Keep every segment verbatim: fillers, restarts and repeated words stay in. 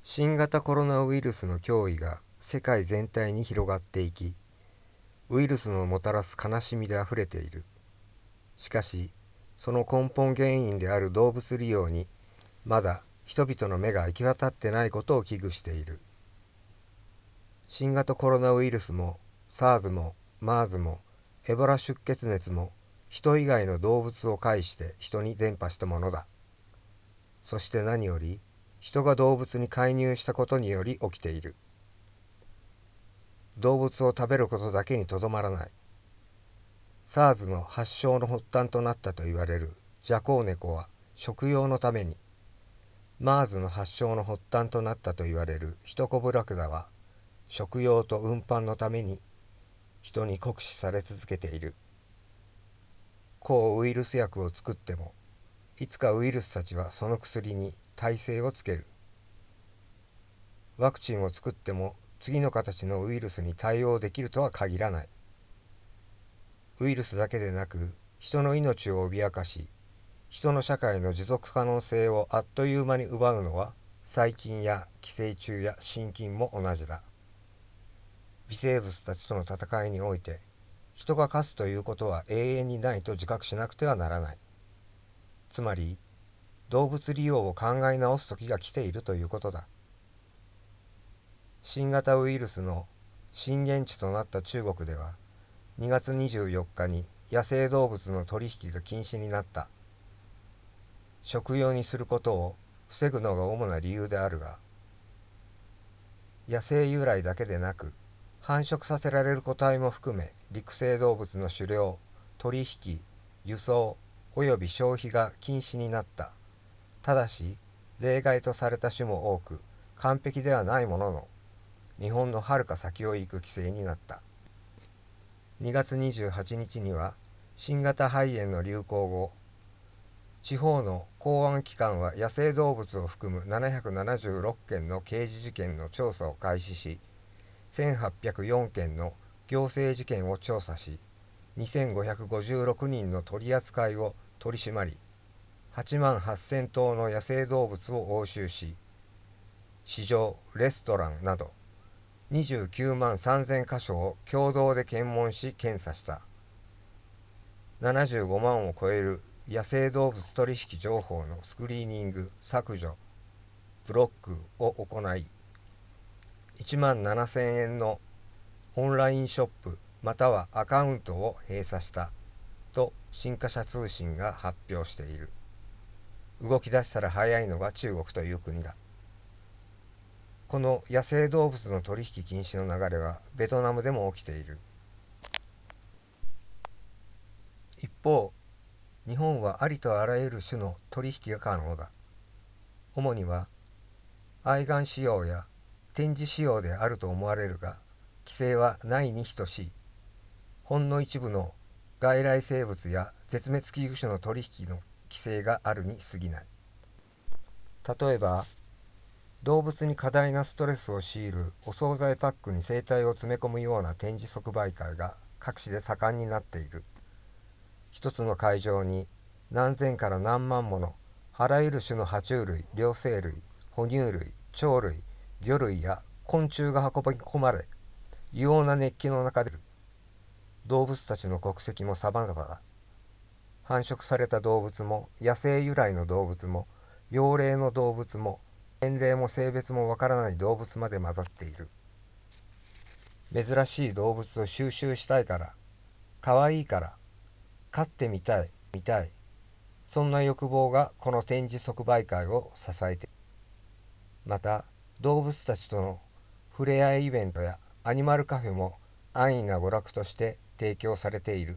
新型コロナウイルスの脅威が世界全体に広がっていき、ウイルスのもたらす悲しみであふれている。しかし、その根本原因である動物利用に、まだ人々の目が行き渡ってないことを危惧している。新型コロナウイルスも、SARS も、MERS も、エボラ出血熱も、人以外の動物を介して人に伝播したものだ。そして何より、人が動物に介入したことにより起きている。動物を食べることだけにとどまらない。SARS の発祥の発端となったと言われるジャコウネコは食用のために、MERS の発祥の発端となったと言われるヒトコブラクダは食用と運搬のために人に酷使され続けている。抗ウイルス薬を作っても、いつかウイルスたちはその薬に耐性をつける。ワクチンを作っても次の形のウイルスに対応できるとは限らない。ウイルスだけでなく人の命を脅かし、人の社会の持続可能性をあっという間に奪うのは細菌や寄生虫や真菌も同じだ。微生物たちとの戦いにおいて、人が勝つということは永遠にないと自覚しなくてはならない。つまり、動物利用を考え直す時が来ているということだ。新型ウイルスの震源地となった中国では、にがつにじゅうよっかに野生動物の取引が禁止になった。食用にすることを防ぐのが主な理由であるが、野生由来だけでなく、繁殖させられる個体も含め陸生動物の狩猟、取引、輸送及び消費が禁止になった。ただし、例外とされた種も多く、完璧ではないものの、日本の遥か先を行く規制になった。にがつにじゅうはちにちには、新型肺炎の流行後、地方の公安機関は野生動物を含むななひゃくななじゅうろっけんの刑事事件の調査を開始し、せんはっぴゃくよんけんの行政事件を調査し、にせんごひゃくごじゅうろくにんの取り扱いを取り締まり、はちまんはっせんとうの野生動物を押収し、市場、レストランなどにじゅうきゅうまんさんぜんかしょを共同で検問し検査した。ななじゅうごまんを超える野生動物取引情報のスクリーニング、削除、ブロックを行い、いちまんななせんえんのオンラインショップまたはアカウントを閉鎖したと新華社通信が発表している。動き出したら早いのが中国という国だ。この野生動物の取引禁止の流れはベトナムでも起きている。一方、日本はありとあらゆる種の取引が可能だ。主には愛玩使用や展示使用であると思われるが、規制はないに等しい。ほんの一部の外来生物や絶滅危惧種の取引の規制があるに過ぎない。例えば、動物に過大なストレスを強いるお惣菜パックに生態を詰め込むような展示即売会が各地で盛んになっている。一つの会場に何千から何万ものあらゆる種の爬虫類、両生類、哺乳類、鳥類、魚類や昆虫が運び込まれ、異様な熱気の中で動物たちの国籍も様々だ。繁殖された動物も野生由来の動物も幼霊の動物も年齢も性別もわからない動物まで混ざっている。珍しい動物を収集したいから、可愛いから、飼ってみたい、見たい。そんな欲望がこの展示即売会を支えている。また、動物たちとの触れ合いイベントやアニマルカフェも安易な娯楽として提供されている。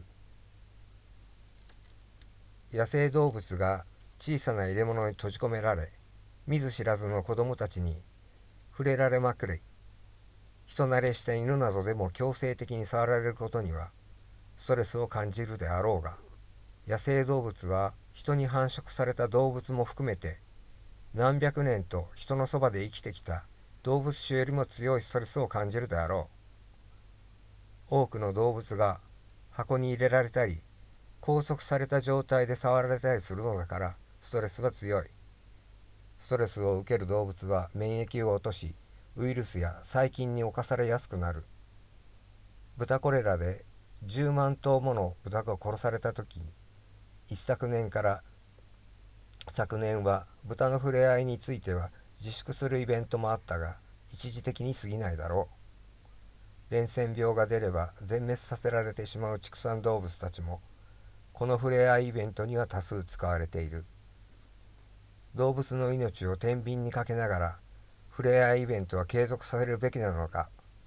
野生動物が小さな入れ物に閉じ込められ、見ず知らずの子供たちに触れられまくり、人慣れした犬などでも強制的に触られることにはストレスを感じるであろうが、野生動物は人に繁殖された動物も含めて何百年と人のそばで生きてきた動物種よりも強いストレスを感じるであろう。多くの動物が箱に入れられたり拘束された状態で触られたりするのだからストレスは強い。 ストレスを受ける動物は免疫を落とし、ウイルスや細菌に侵されやすくなる。豚コレラでじゅうまん頭もの豚が殺された時に、一昨年から昨年は豚の触れ合いについては自粛するイベントもあったが、一時的に過ぎないだろう。伝染病が出れば全滅させられてしまう畜産動物たちも、この触れ合いイベントには多数使われている。動物の命を天秤にかけながら、触れ合いイベントは継続させるべきなのか。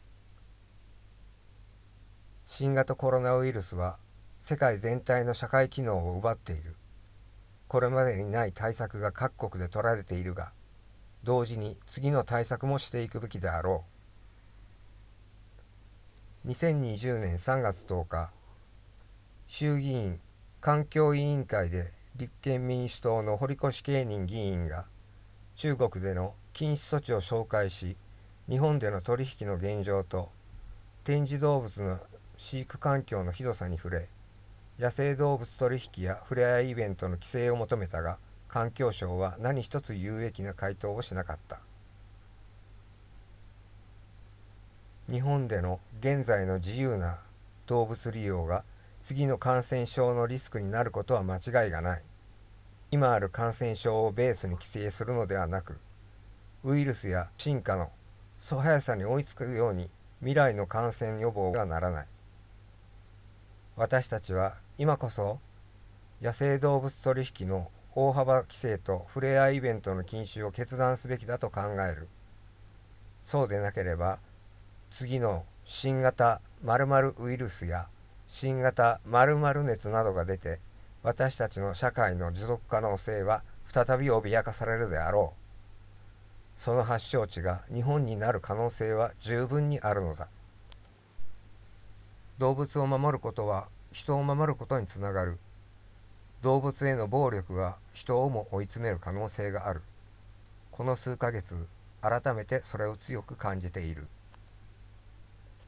新型コロナウイルスは世界全体の社会機能を奪っている。これまでにない対策が各国で取られているが、同時に次の対策もしていくべきであろう。にせんにじゅうねんさんがつとおか、衆議院環境委員会で立憲民主党の堀越慶任議員が中国での禁止措置を紹介し、日本での取引の現状と展示動物の飼育環境のひどさに触れ、野生動物取引や触れ合いイベントの規制を求めたが、環境省は何一つ有益な回答をしなかった。日本での現在の自由な動物利用が次の感染症のリスクになることは間違いがない。今ある感染症をベースに規制するのではなく、ウイルスや進化の速さに追いつくように未来の感染予防がならない。私たちは今こそ野生動物取引の大幅規制と触れ合いイベントの禁止を決断すべきだと考える。そうでなければ、次の新型〇〇ウイルスや新型〇〇熱などが出て、私たちの社会の持続可能性は再び脅かされるであろう。その発祥地が日本になる可能性は十分にあるのだ。動物を守ることは人を守ることにつながる。動物への暴力が人をも追い詰める可能性がある。この数ヶ月、改めてそれを強く感じている。